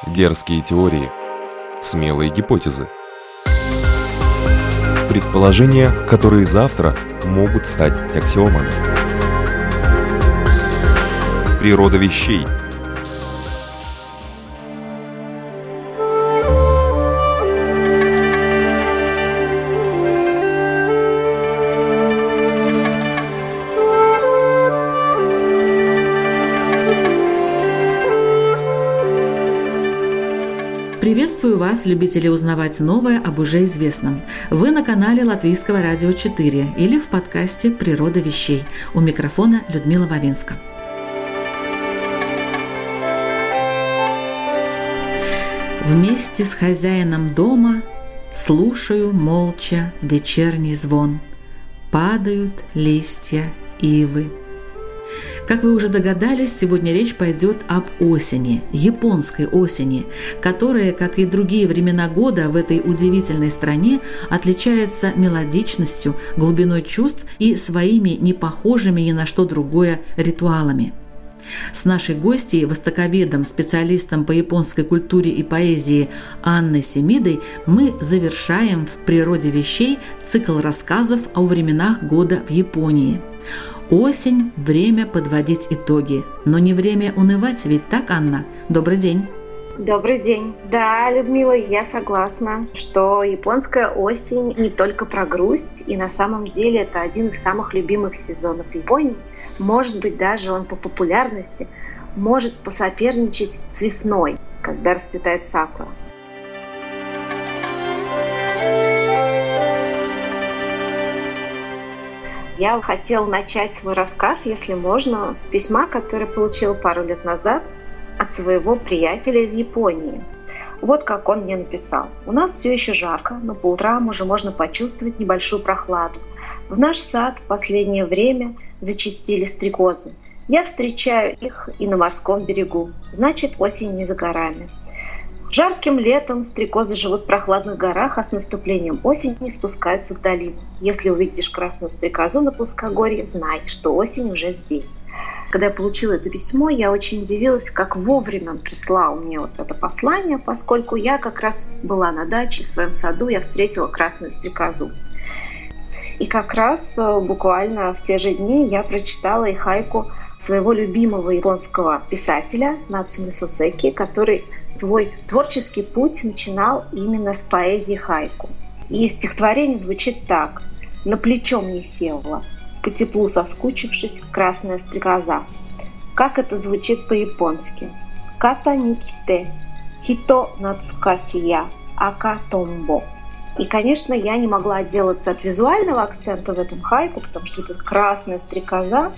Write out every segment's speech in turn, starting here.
Дерзкие теории, смелые гипотезы, предположения, которые завтра могут стать аксиомами. Природа вещей. Приветствую вас, любители узнавать новое об уже известном. Вы на канале Латвийского радио 4 или в подкасте «Природа вещей». У микрофона Людмила Вавинска. Вместе с хозяином дома слушаю молча вечерний звон. Падают листья ивы. Как вы уже догадались, сегодня речь пойдет об осени, японской осени, которая, как и другие времена года в этой удивительной стране, отличается мелодичностью, глубиной чувств и своими непохожими ни на что другое ритуалами. С нашей гостьей, востоковедом, специалистом по японской культуре и поэзии Анной Семидой мы завершаем в «Природе вещей» цикл рассказов о временах года в Японии. Осень – время подводить итоги, но не время унывать, ведь так, Анна? Добрый день! Добрый день! Да, Людмила, я согласна, что японская осень не только про грусть, и на самом деле это один из самых любимых сезонов Японии. Может быть, даже он по популярности может посоперничать с весной, когда расцветает сакура. Я хотела начать свой рассказ, если можно, с письма, которое получила пару лет назад от своего приятеля из Японии. Вот как он мне написал. «У нас все еще жарко, но по утрам уже можно почувствовать небольшую прохладу. В наш сад в последнее время зачастили стрекозы. Я встречаю их и на морском берегу. Значит, осень не за горами. Жарким летом стрекозы живут в прохладных горах, а с наступлением осени спускаются в долину. Если увидишь красную стрекозу на плоскогорье, знай, что осень уже здесь». Когда я получила это письмо, я очень удивилась, как вовремя он прислал мне вот это послание, поскольку я как раз была на даче, в своем саду, я встретила красную стрекозу. И как раз буквально в те же дни я прочитала и хайку своего любимого японского писателя Нацуме Сосеки, который свой творческий путь начинал именно с поэзии хайку. И стихотворение звучит так: «На плечо мне села, по теплу соскучившись, красная стрекоза». Как это звучит по-японски? «Ката никите, хито нацукасия, ака томбо». И, конечно, я не могла отделаться от визуального акцента в этом хайку, потому что это красная стрекоза,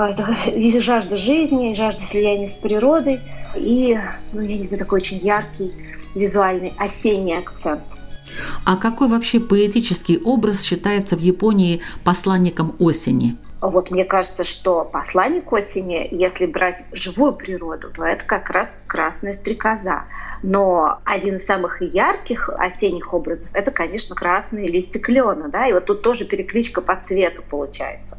и жажда жизни, и жажда слияния с природой, и, я не знаю, такой очень яркий визуальный осенний акцент. А какой вообще поэтический образ считается в Японии посланником осени? Вот мне кажется, что посланник осени, если брать живую природу, то это как раз красная стрекоза. Но один из самых ярких осенних образов – это, конечно, красные листья клена, да, и вот тут тоже перекличка по цвету получается.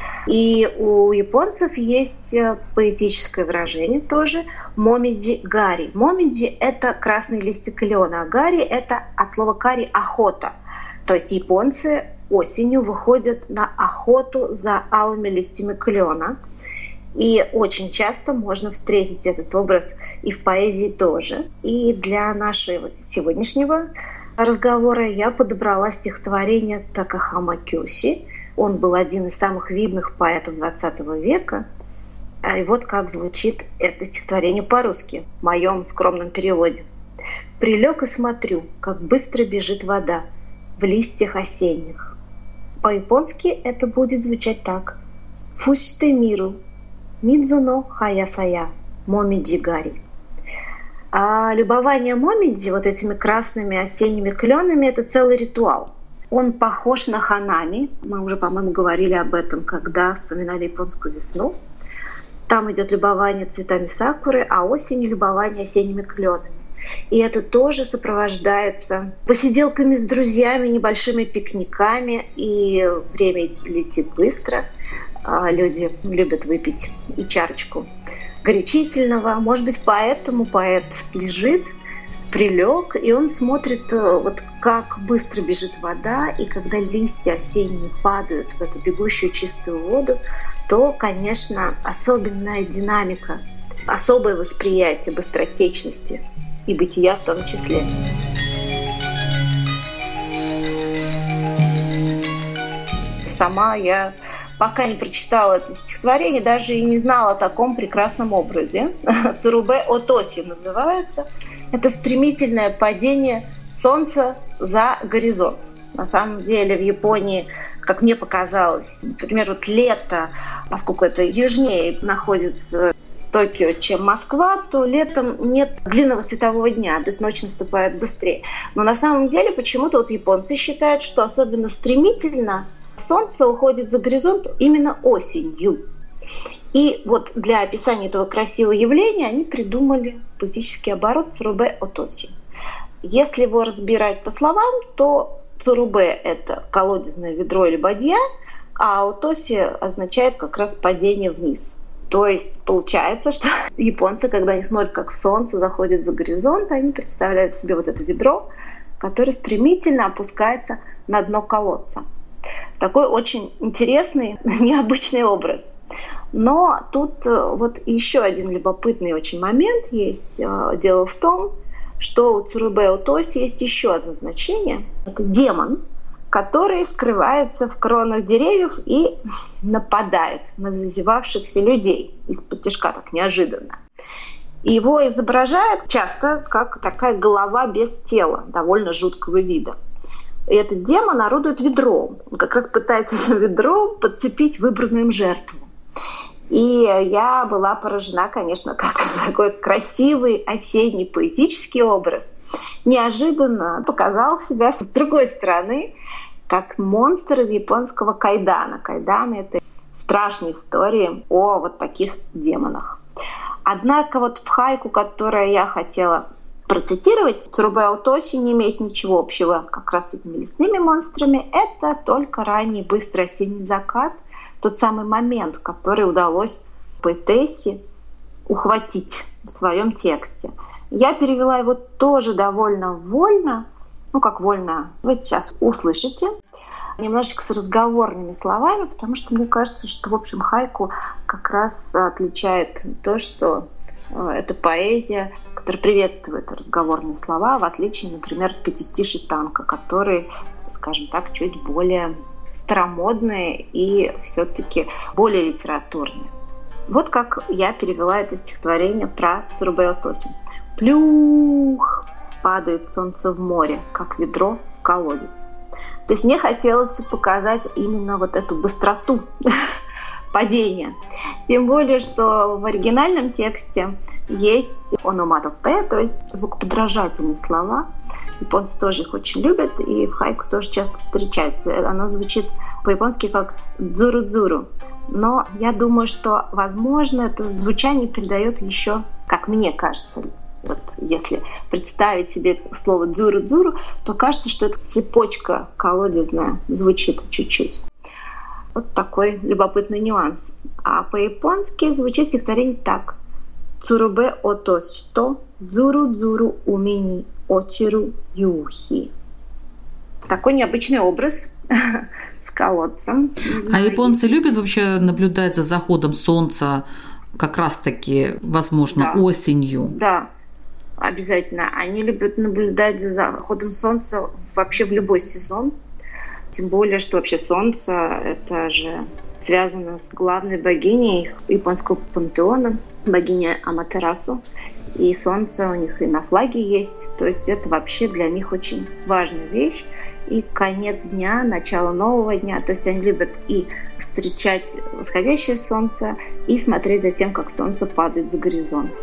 И у японцев есть поэтическое выражение тоже «момидзи-гари». Момидзи – это красные листья клена, а гари – это от слова кари – охота. То есть японцы осенью выходят на охоту за алыми листьями клена. И очень часто можно встретить этот образ и в поэзии тоже. И для нашего сегодняшнего разговора я подобрала стихотворение Такахама Кёси. Он был один из самых видных поэтов XX века. И вот как звучит это стихотворение по-русски, в моем скромном переводе. «Прилег и смотрю, как быстро бежит вода в листьях осенних». По-японски это будет звучать так. «Фусте миру, мидзуно хаясая, момидзи-гари». А любование момидзи, вот этими красными осенними кленами, это целый ритуал. Он похож на ханами. Мы уже, по-моему, говорили об этом, когда вспоминали японскую весну. Там идет любование цветами сакуры, а осенью любование осенними кленами. И это тоже сопровождается посиделками с друзьями, небольшими пикниками. И время летит быстро. Люди любят выпить и чарочку горячительного. Может быть, поэтому поэт лежит, прилег, и он смотрит, вот как быстро бежит вода, и когда листья осенние падают в эту бегущую чистую воду, то, конечно, особенная динамика, особое восприятие быстротечности и бытия в том числе. Сама я пока не прочитала это стихотворение, даже и не знала о таком прекрасном образе. «Цурубе Отоси» называется. Это стремительное падение солнца за горизонт. На самом деле в Японии, как мне показалось, например, вот лето, поскольку это южнее находится Токио, чем Москва, то летом нет длинного светового дня, то есть ночь наступает быстрее. Но на самом деле почему-то вот японцы считают, что особенно стремительно солнце уходит за горизонт именно осенью. И вот для описания этого красивого явления они придумали поэтический оборот «Цурубе Отоси». Если его разбирать по словам, то «Цурубе» — это колодезное ведро или бадья, а «Отоси» означает как раз падение вниз. То есть получается, что японцы, когда они смотрят, как солнце заходит за горизонт, они представляют себе вот это ведро, которое стремительно опускается на дно колодца. Такой очень интересный, необычный образ. Но тут вот еще один любопытный очень момент есть. Дело в том, что у Цурубе Отоси есть еще одно значение. Это демон, который скрывается в кронах деревьев и нападает на зазевавшихся людей из-под тишка так неожиданно. И его изображают часто как такая голова без тела, довольно жуткого вида. И этот демон орудует ведром. Он как раз пытается этим ведром подцепить выбранную им жертву. И я была поражена, конечно, как такой красивый осенний поэтический образ неожиданно показал себя с другой стороны, как монстр из японского кайдана. Кайдан — это страшные истории о вот таких демонах. Однако вот в хайку, которое я хотела процитировать, Цурубе Отоси не имеет ничего общего как раз с этими лесными монстрами. Это только ранний быстрый осенний закат, тот самый момент, который удалось поэтессе ухватить в своем тексте. Я перевела его тоже довольно вольно, как вольно, вы сейчас услышите, немножечко с разговорными словами, потому что мне кажется, что, в общем, хайку как раз отличает то, что это поэзия, которая приветствует разговорные слова, в отличие, например, от пятистишей танка, которые, скажем так, чуть более старомодные и все-таки более литературные. Вот как я перевела это стихотворение про Цурубе Отоси. «Плюх! Падает солнце в море, как ведро в колодец». То есть мне хотелось показать именно вот эту быстроту падения. Тем более, что в оригинальном тексте есть ономатопея, то есть звукоподражательные слова. Японцы тоже их очень любят, и в хайку тоже часто встречается. Оно звучит по-японски как «дзуру-дзуру». Но я думаю, что, возможно, это звучание передает еще, как мне кажется, вот если представить себе слово «дзуру-дзуру», то кажется, что это цепочка колодезная звучит чуть-чуть. Вот такой любопытный нюанс. А по-японски звучит стихотворение так. «Цурубе отосито дзуру-дзуру умени очиру юхи». Такой необычный образ с колодцем. А японцы любят вообще наблюдать за заходом солнца как раз-таки, возможно, осенью? Да, обязательно. Они любят наблюдать за заходом солнца вообще в любой сезон. Тем более, что вообще солнце — это же связано с главной богиней японского пантеона, богиней Аматерасу. И солнце у них и на флаге есть. То есть это вообще для них очень важная вещь. И конец дня, начало нового дня. То есть они любят и встречать восходящее солнце, и смотреть за тем, как солнце падает за горизонт.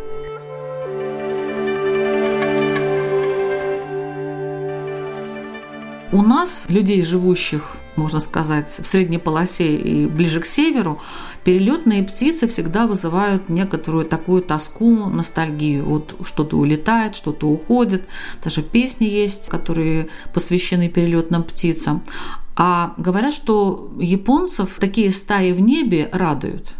У нас, людей, живущих, можно сказать, в средней полосе и ближе к северу, перелетные птицы всегда вызывают некоторую такую тоску, ностальгию. Вот что-то улетает, что-то уходит. Даже песни есть, которые посвящены перелетным птицам. А говорят, что японцев такие стаи в небе радуют.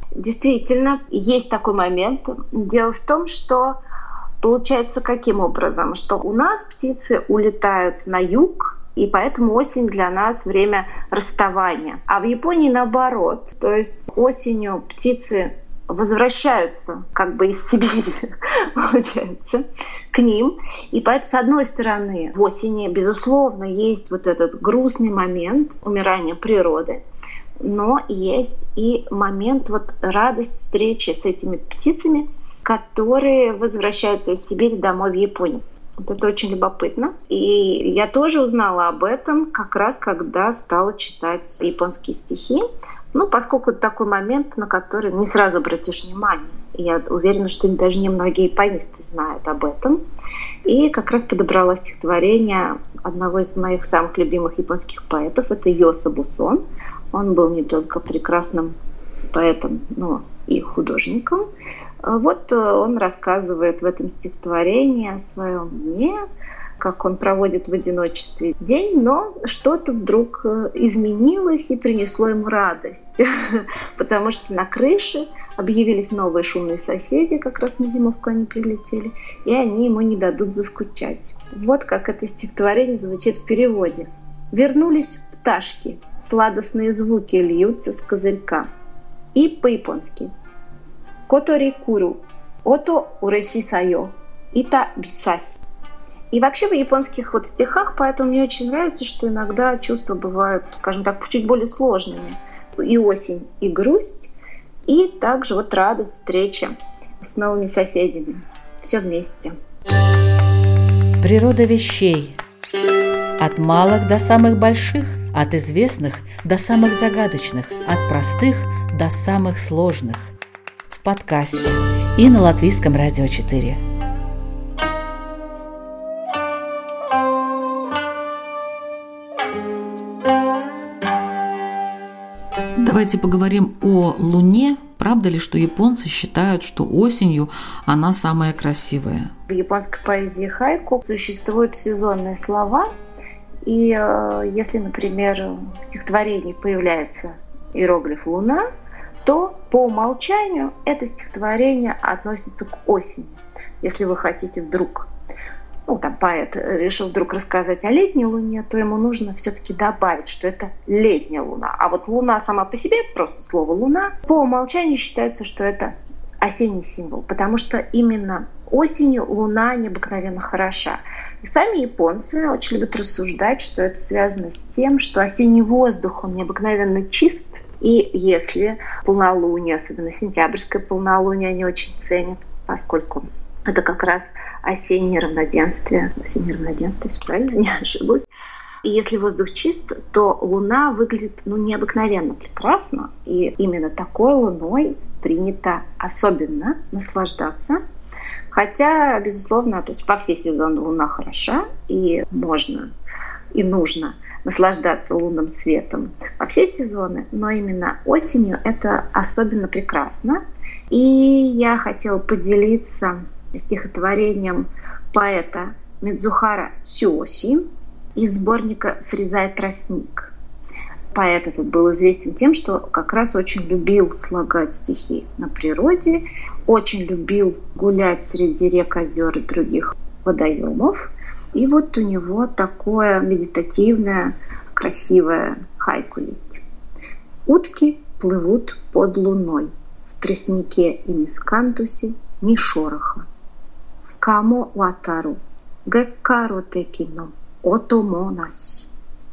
Действительно, есть такой момент. Дело в том, что получается каким образом? Что у нас птицы улетают на юг, и поэтому осень для нас время расставания. А в Японии наоборот. То есть осенью птицы возвращаются как бы из Сибири, получается, к ним. И поэтому, с одной стороны, в осени, безусловно, есть вот этот грустный момент умирания природы, но есть и момент вот радость встречи с этими птицами, которые возвращаются из Сибири домой в Японию. Вот это очень любопытно. И я тоже узнала об этом как раз, когда стала читать японские стихи. Поскольку это такой момент, на который не сразу обратишь внимание. Я уверена, что даже немногие японисты знают об этом. И как раз подобрала стихотворение одного из моих самых любимых японских поэтов. Это Йоса Бусон. Он был не только прекрасным поэтом, но и художником. Вот он рассказывает в этом стихотворении о своем дне, как он проводит в одиночестве день, но что-то вдруг изменилось и принесло ему радость, потому что на крыше объявились новые шумные соседи, как раз на зимовку они прилетели, и они ему не дадут заскучать. Вот как это стихотворение звучит в переводе. «Вернулись пташки, сладостные звуки льются с козырька». И по-японски. «Котори куру, ото урэши сайо, ита бисаси». И вообще в японских стихах, поэтому мне очень нравится, что иногда чувства бывают, скажем так, чуть более сложными. И осень, и грусть, и также радость встречи с новыми соседями. Все вместе. Природа вещей. От малых до самых больших, от известных до самых загадочных, от простых до самых сложных. В подкасте и на Латвийском радио 4. Давайте поговорим о Луне. Правда ли, что японцы считают, что осенью она самая красивая? В японской поэзии хайку существуют сезонные слова. И если, например, в стихотворении появляется иероглиф «Луна», то по умолчанию это стихотворение относится к осени. Если вы хотите вдруг, поэт решил вдруг рассказать о летней луне, то ему нужно все-таки добавить, что это летняя луна. А луна сама по себе, просто слово «луна», по умолчанию считается, что это осенний символ, потому что именно осенью луна необыкновенно хороша. И сами японцы очень любят рассуждать, что это связано с тем, что осенний воздух, он необыкновенно чист, и если полнолуние, особенно сентябрьское полнолуние, они очень ценят, поскольку это как раз осеннее равноденствие. Осеннее равноденствие, все правильно, не ошибусь. И если воздух чист, то луна выглядит необыкновенно прекрасно. И именно такой луной принято особенно наслаждаться. Хотя, безусловно, то есть по все сезоны луна хороша, и можно, и нужно наслаждаться лунным светом во все сезоны, но именно осенью это особенно прекрасно. И я хотела поделиться стихотворением поэта Мидзухара Сюоши из сборника «Срезай тростник». Поэт этот был известен тем, что как раз очень любил слагать стихи на природе, очень любил гулять среди рек, озер и других водоемов. И у него такое медитативное, красивое хайку есть. «Утки плывут под луной, в тростнике и мискантусе ни шороха. Камо ватару, гэккаро текино, отомо наси».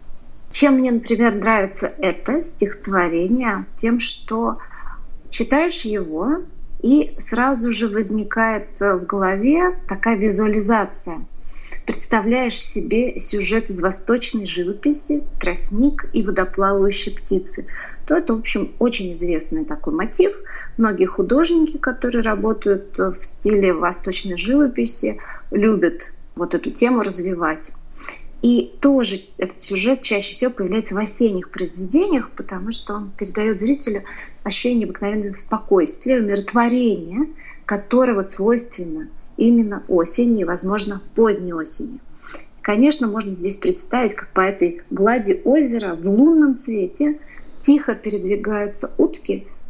Чем мне, например, нравится это стихотворение? Тем, что читаешь его, и сразу же возникает в голове такая визуализация. Представляешь себе сюжет из восточной живописи, тростник и водоплавающие птицы. То это, в общем, очень известный такой мотив. Многие художники, которые работают в стиле восточной живописи, любят эту тему развивать. И тоже этот сюжет чаще всего появляется в осенних произведениях, потому что он передает зрителю ощущение необыкновенного спокойствия, умиротворения, которое свойственно именно осени и, возможно, поздней осени. Конечно, можно здесь представить, как по этой глади озера в лунном свете тихо передвигаются утки,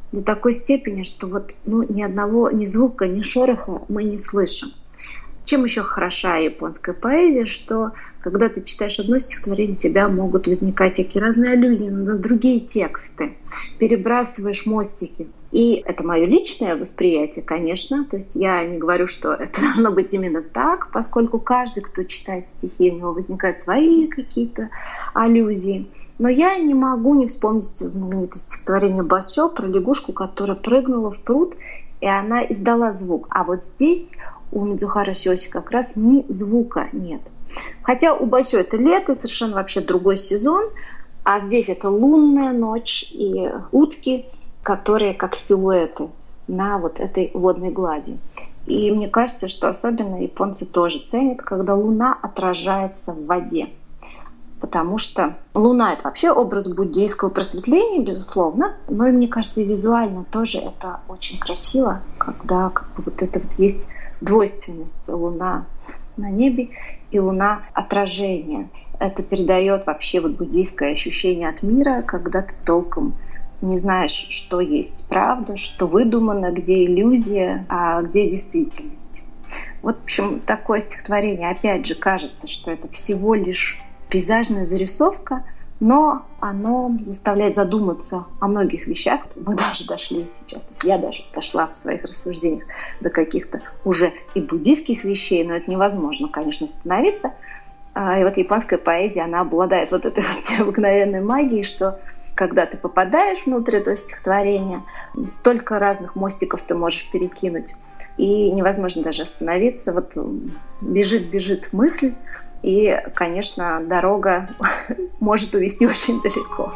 до такой степени, что ни одного, ни звука, ни шороха мы не слышим. Чем еще хороша японская поэзия, что когда ты читаешь одно стихотворение, у тебя могут возникать всякие разные аллюзии на другие тексты, перебрасываешь мостики. И это мое личное восприятие, конечно. То есть я не говорю, что это должно быть именно так, поскольку каждый, кто читает стихи, у него возникают свои какие-то аллюзии. Но я не могу не вспомнить знаменитое стихотворение Басё про лягушку, которая прыгнула в пруд, и она издала звук. А вот здесь у Мидзухара Сёси как раз ни звука нет. Хотя у Басё это лето, совершенно вообще другой сезон, а здесь это лунная ночь и утки, которые как силуэты на вот этой водной глади. И мне кажется, что особенно японцы тоже ценят, когда луна отражается в воде. Потому что луна — это вообще образ буддийского просветления, безусловно, но и, мне кажется, и визуально тоже это очень красиво, когда вот это вот есть двойственность: луна на небе и луна отражение. Это передает вообще вот буддийское ощущение от мира, когда ты толком не знаешь, что есть правда, что выдумано, где иллюзия, а где действительность. Вот, в общем, такое стихотворение, опять же, кажется, что это всего лишь пейзажная зарисовка, но оно заставляет задуматься о многих вещах. Мы даже дошли сейчас, я даже дошла в своих рассуждениях до каких-то уже и буддийских вещей, но это невозможно, конечно, остановиться. И вот японская поэзия, она обладает вот этой вот необыкновенной магией, что когда ты попадаешь внутрь этого стихотворения, столько разных мостиков ты можешь перекинуть, и невозможно даже остановиться. Вот бежит мысль, и, конечно, дорога может увести очень далеко.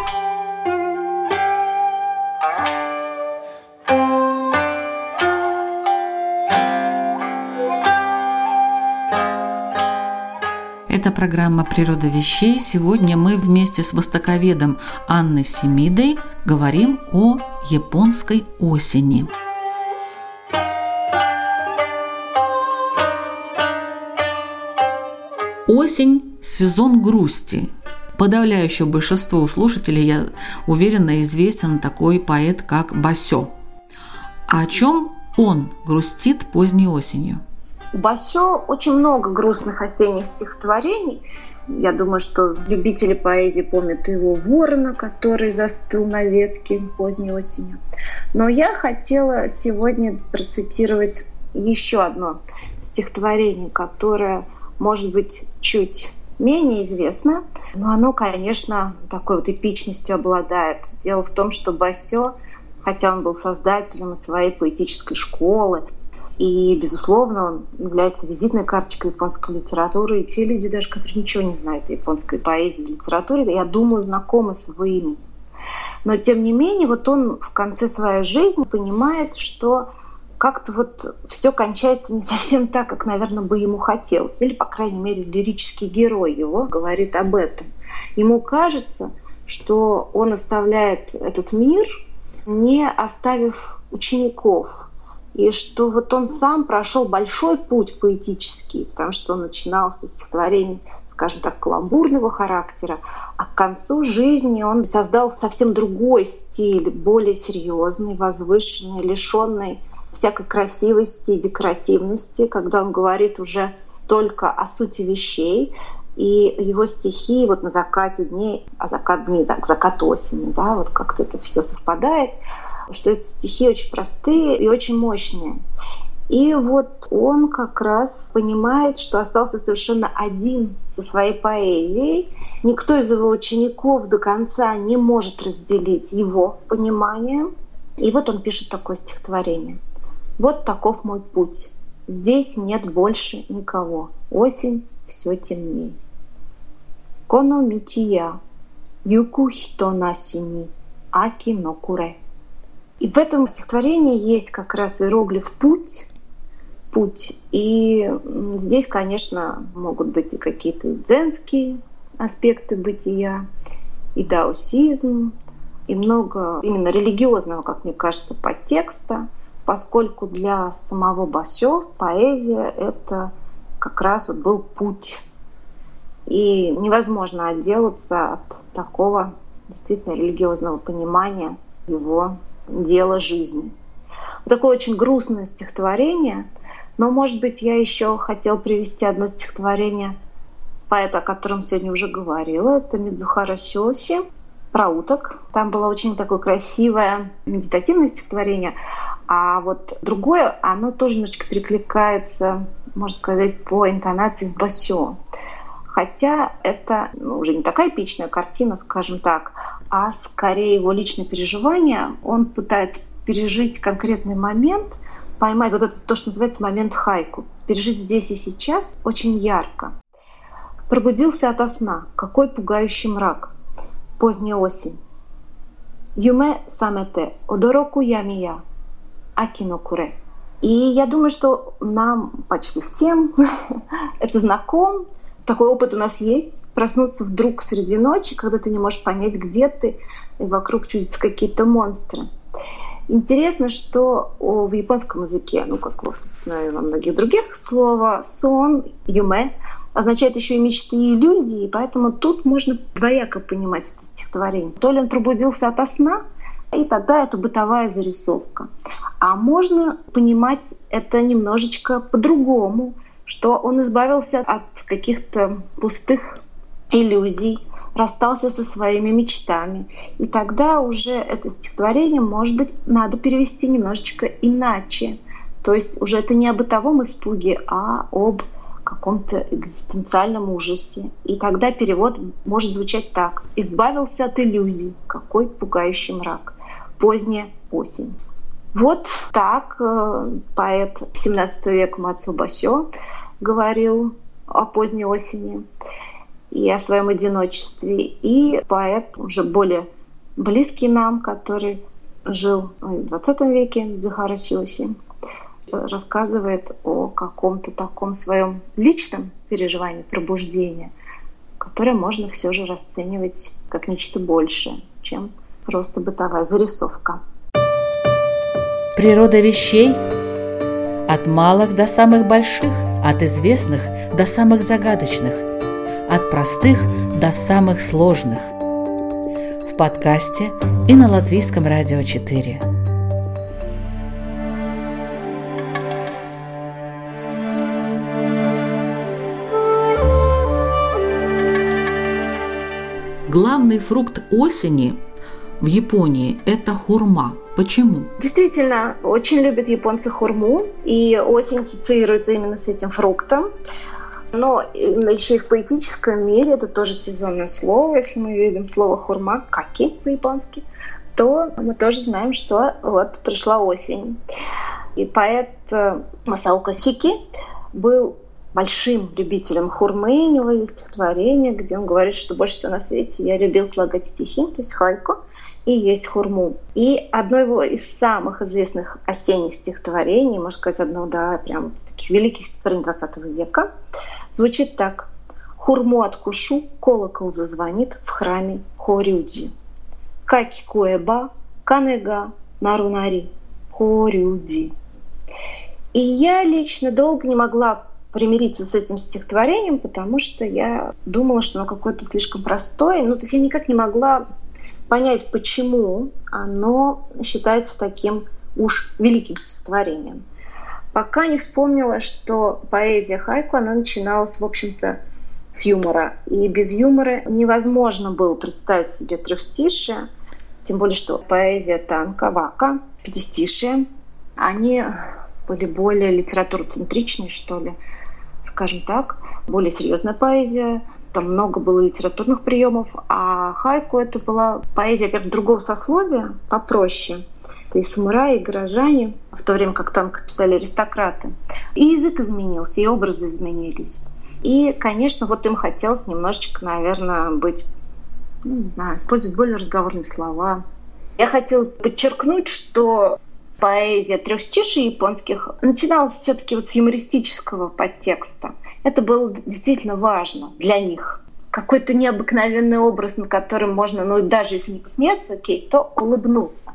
Это программа «Природа вещей». Сегодня мы вместе с востоковедом Анной Семидой говорим о японской осени. Осень – сезон грусти. Подавляющее большинство слушателей, я уверена, известен такой поэт, как Басё. А о чем он грустит поздней осенью? У Басё очень много грустных осенних стихотворений. Я думаю, что любители поэзии помнят его «Ворона», который застыл на ветке поздней осенью. Но я хотела сегодня процитировать еще одно стихотворение, которое, может быть, чуть менее известно, но оно, конечно, такой вот эпичностью обладает. Дело в том, что Басё, хотя он был создателем своей поэтической школы, и, безусловно, он является визитной карточкой японской литературы, и те люди, даже которые ничего не знают о японской поэзии и литературе, я думаю, знакомы с его именем. Но, тем не менее, вот он в конце своей жизни понимает, что как-то вот все кончается не совсем так, как, наверное, бы ему хотелось. Или, по крайней мере, лирический герой его говорит об этом. Ему кажется, что он оставляет этот мир, не оставив учеников. И что вот он сам прошел большой путь поэтический, потому что он начинал со стихотворений, скажем так, каламбурного характера, а к концу жизни он создал совсем другой стиль, более серьезный, возвышенный, лишенный всякой красивости и декоративности, когда он говорит уже только о сути вещей. И его стихи вот на закате дней, а закат дней, так, закат осени, да, вот как-то это все совпадает, что эти стихи очень простые и очень мощные. И вот он как раз понимает, что остался совершенно один со своей поэзией. Никто из его учеников до конца не может разделить его понимание. И вот он пишет такое стихотворение. «Вот таков мой путь. Здесь нет больше никого. Осень все темней. Коно мития, юку хито насини, аки но куре». И в этом стихотворении есть как раз иероглиф «путь». И здесь, конечно, могут быть и какие-то дзенские аспекты бытия, и даосизм, и много именно религиозного, как мне кажется, подтекста, поскольку для самого Басё поэзия — это как раз вот был путь. И невозможно отделаться от такого действительно религиозного понимания его дело жизни. Такое очень грустное стихотворение, но, может быть, я еще хотела привести одно стихотворение поэта, о котором сегодня уже говорила. Это Мидзухара Сёси про уток. Там было очень такое красивое медитативное стихотворение. А вот другое, оно тоже немножечко перекликается, можно сказать, по интонации с басё. Хотя это уже не такая эпичная картина, скажем так, а скорее его личное переживание. Он пытается пережить конкретный момент, поймать вот это то, что называется момент хайку. Пережить здесь и сейчас очень ярко. Пробудился ото сна. Какой пугающий мрак. Поздняя осень. Юме самете, одороку ямия, акино куре. И я думаю, что нам почти всем это знаком. Такой опыт у нас есть. Проснуться вдруг среди ночи, когда ты не можешь понять, где ты, и вокруг чудятся какие-то монстры. Интересно, что в японском языке, как, собственно, и во многих других, слово «сон», «юме» означает еще и мечты и иллюзии, поэтому тут можно двояко понимать это стихотворение. То ли он пробудился ото сна, и тогда это бытовая зарисовка. А можно понимать это немножечко по-другому, что он избавился от каких-то пустых иллюзий, расстался со своими мечтами. И тогда уже это стихотворение, может быть, надо перевести немножечко иначе. То есть уже это не о бытовом испуге, а об каком-то экзистенциальном ужасе. И тогда перевод может звучать так. «Избавился от иллюзий. Какой пугающий мрак. Поздняя осень». Вот так поэт XVII века Мацуо Басё говорил о поздней осени и о своем одиночестве. И поэт, уже более близкий нам, который жил в XX веке, Мидзухара Сёси, рассказывает о каком-то таком своем личном переживании пробуждения, которое можно все же расценивать как нечто большее, чем просто бытовая зарисовка. Природа вещей от малых до самых больших, от известных до самых загадочных, от простых до самых сложных. В подкасте и на Латвийском радио 4. Главный фрукт осени в Японии – это хурма. Почему? Действительно, очень любят японцы хурму, и осень ассоциируется именно с этим фруктом. Но еще и в поэтическом мире это тоже сезонное слово. Если мы видим слово хурма, каки по-японски, то мы тоже знаем, что вот пришла осень. И поэт Масаока Сики был большим любителем хурмы. У него есть стихотворение, где он говорит, что больше всего на свете я любил слагать стихи, то есть хайку, и есть хурму. И одно его из самых известных осенних стихотворений, можно сказать, одно, да, прям таких великих стихотворений XX века, звучит так. «Хурму откушу, колокол зазвонит в храме Хорюджи. Каки куэба, канега, нарунари, Хорюджи». И я лично долго не могла примириться с этим стихотворением, потому что я думала, что оно какое-то слишком простое. То есть я никак не могла понять, почему оно считается таким уж великим стихотворением. Пока не вспомнила, что поэзия хайку, она начиналась, в общем-то, с юмора. И без юмора невозможно было представить себе трехстишие, тем более, что поэзия танка, вака, пятистишие, они были более литературоцентричные, что ли, скажем так, более серьезная поэзия. Там много было литературных приемов, а хайку это была поэзия, во-первых, другого сословия, попроще. Это и самураи, и горожане, в то время как танк писали аристократы. И язык изменился, и образы изменились. И, конечно, вот им хотелось немножечко, наверное, быть, не знаю, использовать более разговорные слова. Я хотела подчеркнуть, что поэзия трехстиший японских начиналась все-таки вот с юмористического подтекста. Это было действительно важно для них. Какой-то необыкновенный образ, на котором можно, даже если не посмеяться, окей, то улыбнуться.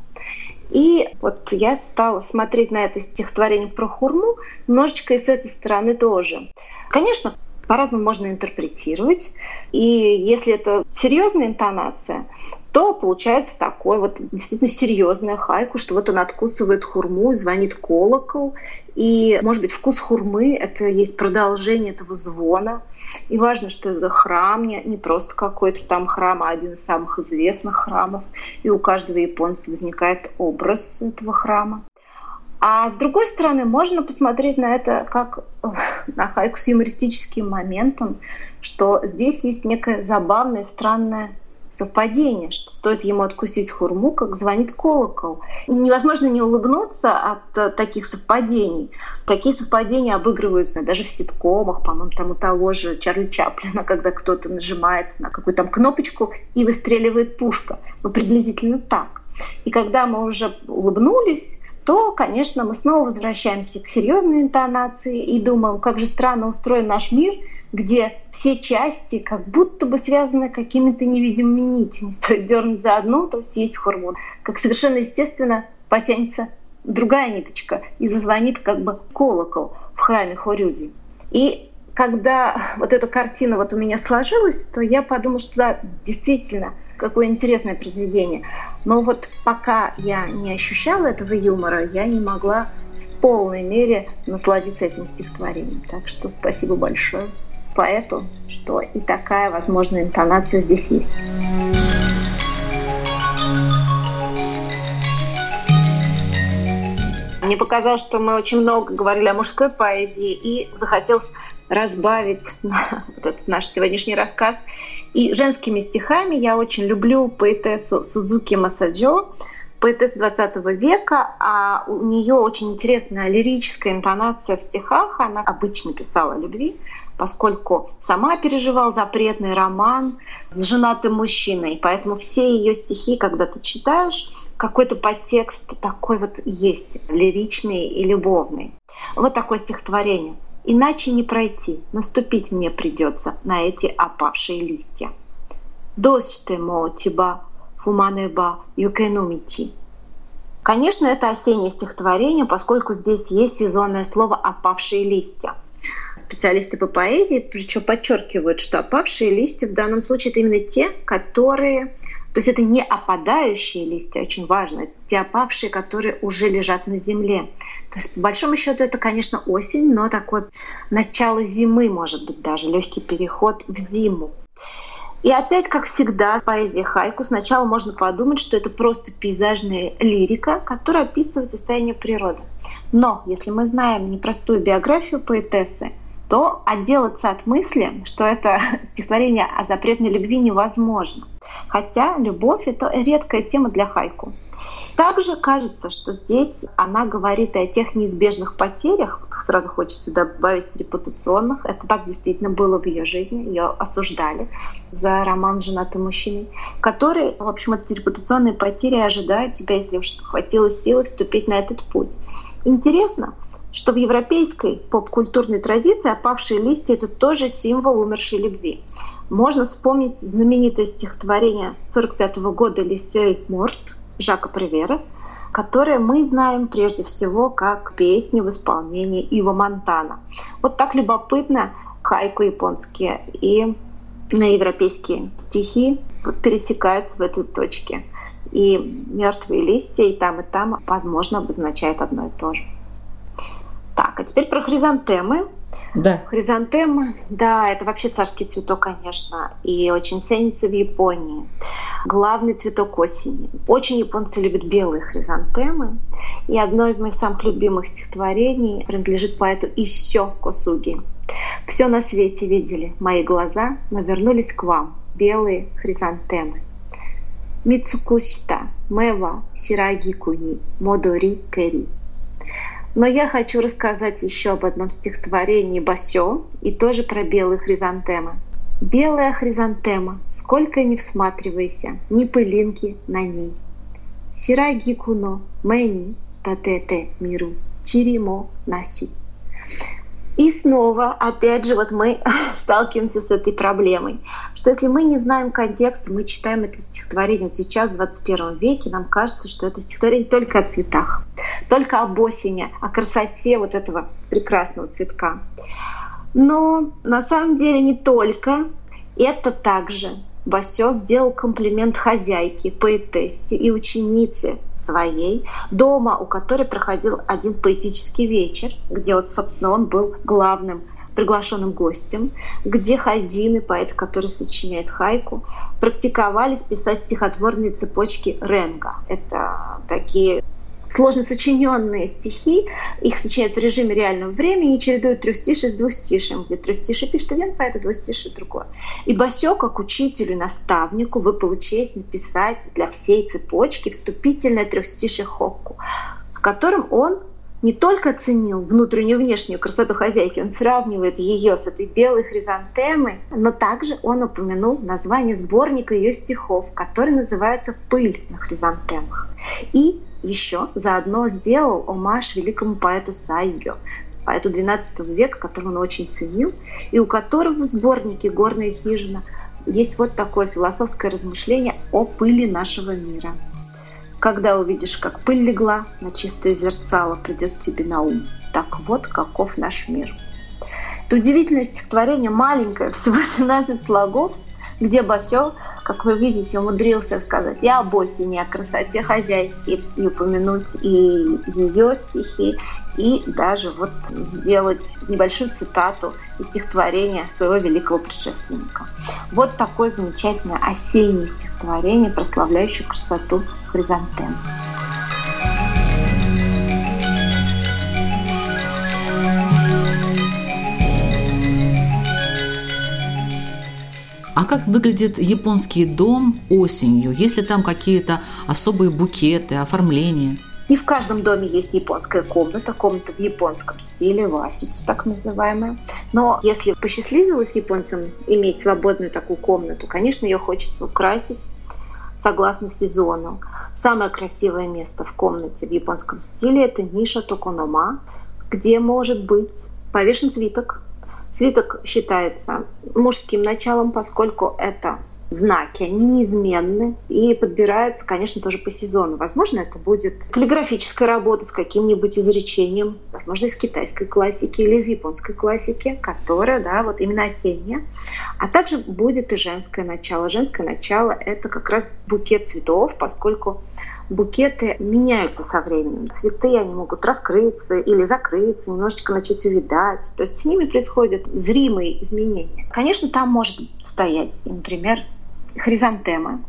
И вот я стала смотреть на это стихотворение про хурму немножечко и с этой стороны тоже. Конечно, по-разному можно интерпретировать. И если это серьезная интонация, то получается такой вот действительно серьезная хайку, что вот он откусывает хурму, звонит колокол, и, может быть, вкус хурмы — это есть продолжение этого звона. И важно, что это храм, не просто какой-то там храм, а один из самых известных храмов. И у каждого японца возникает образ этого храма. А с другой стороны, можно посмотреть на это как на хайку с юмористическим моментом, что здесь есть некое забавное, странное совпадение, что стоит ему откусить хурму, как звонит колокол. Невозможно не улыбнуться от таких совпадений. Такие совпадения обыгрываются даже в ситкомах, по-моему, там у того же Чарли Чаплина, когда кто-то нажимает на какую-то там кнопочку и выстреливает пушка. Ну, приблизительно так. И когда мы уже улыбнулись, то, конечно, мы снова возвращаемся к серьезной интонации и думаем, как же странно устроен наш мир, где все части как будто бы связаны какими-то невидимыми нитями. Стоит дернуть за одну, то съесть хурму. Как совершенно естественно потянется другая ниточка и зазвонит как бы колокол в храме Хорюди. И когда вот эта картина вот у меня сложилась, то я подумала, что да, действительно, какое интересное произведение. Но вот пока я не ощущала этого юмора, я не могла в полной мере насладиться этим стихотворением. Так что спасибо большое поэту, что и такая возможная интонация здесь есть. Мне показалось, что мы очень много говорили о мужской поэзии, и захотелось разбавить этот наш сегодняшний рассказ и женскими стихами. Я очень люблю поэтессу Судзуки Масадзё, поэтессу 20 века, а у нее очень интересная лирическая интонация в стихах. Она обычно писала о любви, поскольку сама переживала запретный роман с женатым мужчиной. Поэтому все ее стихи, когда ты читаешь, какой-то подтекст такой вот есть, лиричный и любовный. Вот такое стихотворение. «Иначе не пройти, наступить мне придется на эти опавшие листья. Доште мо тиба фуманеба юкэну мичи». Конечно, это осеннее стихотворение, поскольку здесь есть сезонное слово «опавшие листья». Специалисты по поэзии причем подчеркивают, что опавшие листья в данном случае это именно те, которые... То есть это не опадающие листья, очень важно, это те опавшие, которые уже лежат на земле. То есть по большому счету это, конечно, осень, но такое начало зимы, может быть, даже легкий переход в зиму. И опять, как всегда, в поэзии хайку сначала можно подумать, что это просто пейзажная лирика, которая описывает состояние природы. Но если мы знаем непростую биографию поэтессы, то отделаться от мысли, что это стихотворение о запретной любви, невозможно. Хотя любовь — это редкая тема для хайку. Также кажется, что здесь она говорит о тех неизбежных потерях, сразу хочется добавить репутационных. Это так действительно было в ее жизни, ее осуждали за роман с женатым мужчиной, который, в общем, эти репутационные потери ожидают тебя, если уж хватило силы вступить на этот путь. Интересно, что в европейской поп-культурной традиции опавшие листья — это тоже символ умершей любви. Можно вспомнить знаменитое стихотворение 1945 года «Les feuilles mortes» Жака Превера, которое мы знаем прежде всего как песню в исполнении Ива Монтана. Вот так любопытно хайку японские и европейские стихи пересекаются в этой точке. И мертвые листья и там, возможно, обозначают одно и то же. Так, а теперь про хризантемы. Да. Хризантемы, да, это вообще царский цветок, конечно, и очень ценится в Японии. Главный цветок осени. Очень японцы любят белые хризантемы. И одно из моих самых любимых стихотворений принадлежит поэту Issho Косуги. «Все на свете видели мои глаза, но вернулись к вам, белые хризантемы. Мицукушита мэва сирагику ни модори кэри». Но я хочу рассказать еще об одном стихотворении Басё и тоже про белые хризантемы. «Белая хризантема, сколько ни всматривайся, ни пылинки на ней. Сираги куно мэни татете миру чиримо наси». И снова, опять же, вот мы сталкиваемся с этой проблемой, что если мы не знаем контекст, мы читаем это стихотворение вот сейчас, в 21 веке, нам кажется, что это стихотворение только о цветах, только об осени, о красоте вот этого прекрасного цветка. Но на самом деле не только. Это также Басё сделал комплимент хозяйке, поэтессе и ученице своей дома, у которой проходил один поэтический вечер, где вот, собственно, он был главным приглашенным гостем, где хайдины, поэты, которые сочиняют хайку, практиковались писать стихотворные цепочки ренга. Это такие сложно сочиненные стихи, их сочиняют в режиме реального времени и чередуют трехстишие с двустишием, где трехстишие пишет один поэт, а двустишие другой. И Басё, как учителю и наставнику, выпала честь написать для всей цепочки вступительное трехстишие хокку, в котором он не только оценил внутреннюю и внешнюю красоту хозяйки, он сравнивает ее с этой белой хризантемой, но также он упомянул название сборника ее стихов, который называется «Пыль на хризантемах». И еще заодно сделал омаж великому поэту Сайгё, поэту XII века, которого он очень ценил, и у которого в сборнике «Горная хижина» есть вот такое философское размышление о пыли нашего мира. Когда увидишь, как пыль легла на чистое зерцало, придет тебе на ум. Так вот, каков наш мир. Это удивительное стихотворение, маленькое, всего 17 слогов, где Басё, как вы видите, умудрился рассказать и об осени, и о красоте хозяйки, и упомянуть и ее стихи, и даже вот сделать небольшую цитату из стихотворения своего великого предшественника. Вот такое замечательное осеннее стихотворение, прославляющее красоту хризантем. А как выглядит японский дом осенью? Есть ли там какие-то особые букеты, оформления? Не в каждом доме есть японская комната в японском стиле, васицу так называемая. Но если посчастливилось японцам иметь свободную такую комнату, конечно, ее хочется украсить согласно сезону. Самое красивое место в комнате в японском стиле – это ниша токонома, где может быть повешен свиток. Свиток считается мужским началом, поскольку это знаки, они неизменны и подбираются, конечно, тоже по сезону. Возможно, это будет каллиграфическая работа с каким-нибудь изречением, возможно, из китайской классики или из японской классики, которая, да, вот именно осенняя. А также будет и женское начало. Женское начало — это как раз букет цветов, поскольку букеты меняются со временем. Цветы, они могут раскрыться или закрыться, немножечко начать увядать. То есть с ними происходят зримые изменения. Конечно, там может стоять, например, хризантема,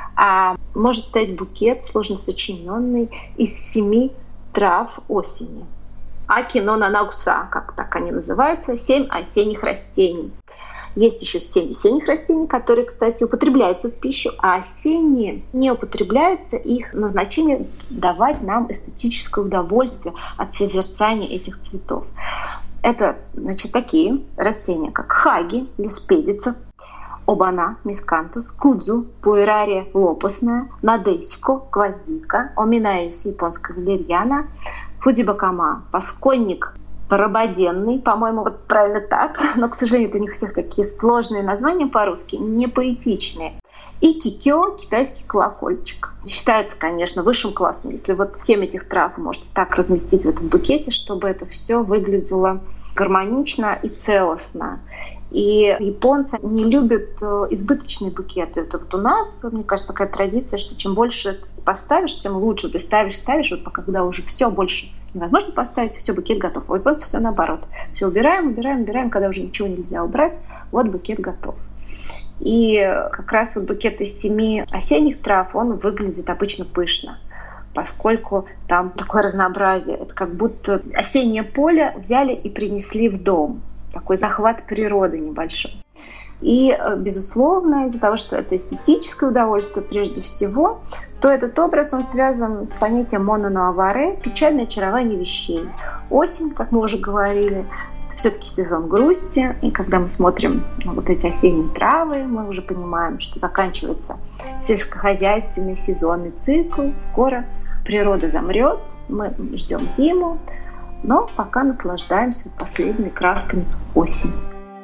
а может стоять букет, сложно сочиненный из 7 трав осени. Акино нанагуса, как так они называются, 7 осенних растений. Есть еще 7 весенних растений, которые, кстати, употребляются в пищу, а осенние не употребляются. Их назначение — давать нам эстетическое удовольствие от созерцания этих цветов. Это, значит, такие растения, как хаги, леспедица, обана, мискантус, кудзу, пуэрария лопастная, надесико, гвоздика, оминаис, японская валерьяна, фудзибакама, пасконник, парабоденный, по-моему, вот правильно так, но, к сожалению, у них всех такие сложные названия по-русски, не поэтичные. И кикё, китайский колокольчик. Считается, конечно, высшим классом, если вот 7 этих трав можете так разместить в этом букете, чтобы это все выглядело гармонично и целостно. И японцы не любят избыточные букеты. Это вот у нас, мне кажется, такая традиция, что чем больше поставишь, тем лучше. Ты ставишь, вот когда уже все больше невозможно поставить, все, букет готов. У японцев все наоборот. Все убираем, когда уже ничего нельзя убрать, вот букет готов. И как раз вот букет из 7 осенних трав, он выглядит обычно пышно, поскольку там такое разнообразие. Это как будто осеннее поле взяли и принесли в дом. Такой захват природы небольшой. И, безусловно, из-за того, что это эстетическое удовольствие прежде всего, то этот образ, он связан с понятием моно-но-аваре, печальное очарование вещей. Осень, как мы уже говорили, это все-таки сезон грусти. И когда мы смотрим на вот эти осенние травы, мы уже понимаем, что заканчивается сельскохозяйственный сезонный цикл. Скоро природа замрет, мы ждем зиму, но пока наслаждаемся последними красками осени.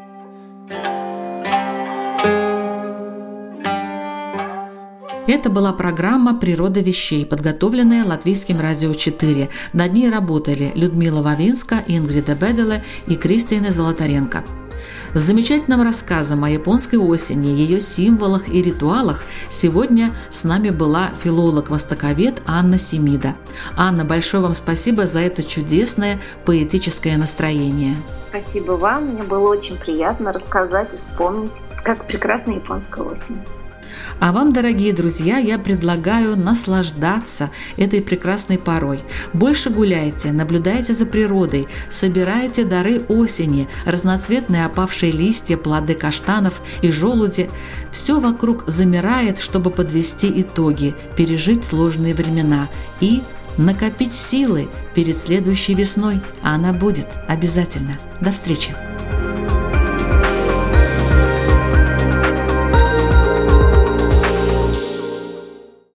Это была программа «Природа вещей», подготовленная Латвийским радио 4. Над ней работали Людмила Вавинска, Ингрида Беделе и Кристина Золотаренко. С замечательным рассказом о японской осени, ее символах и ритуалах сегодня с нами была филолог-востоковед Анна Семида. Анна, большое вам спасибо за это чудесное поэтическое настроение. Спасибо вам, мне было очень приятно рассказать и вспомнить, как прекрасна японская осень. А вам, дорогие друзья, я предлагаю наслаждаться этой прекрасной порой. Больше гуляйте, наблюдайте за природой, собирайте дары осени, разноцветные опавшие листья, плоды каштанов и желуди. Все вокруг замирает, чтобы подвести итоги, пережить сложные времена и накопить силы перед следующей весной. А она будет обязательно. До встречи!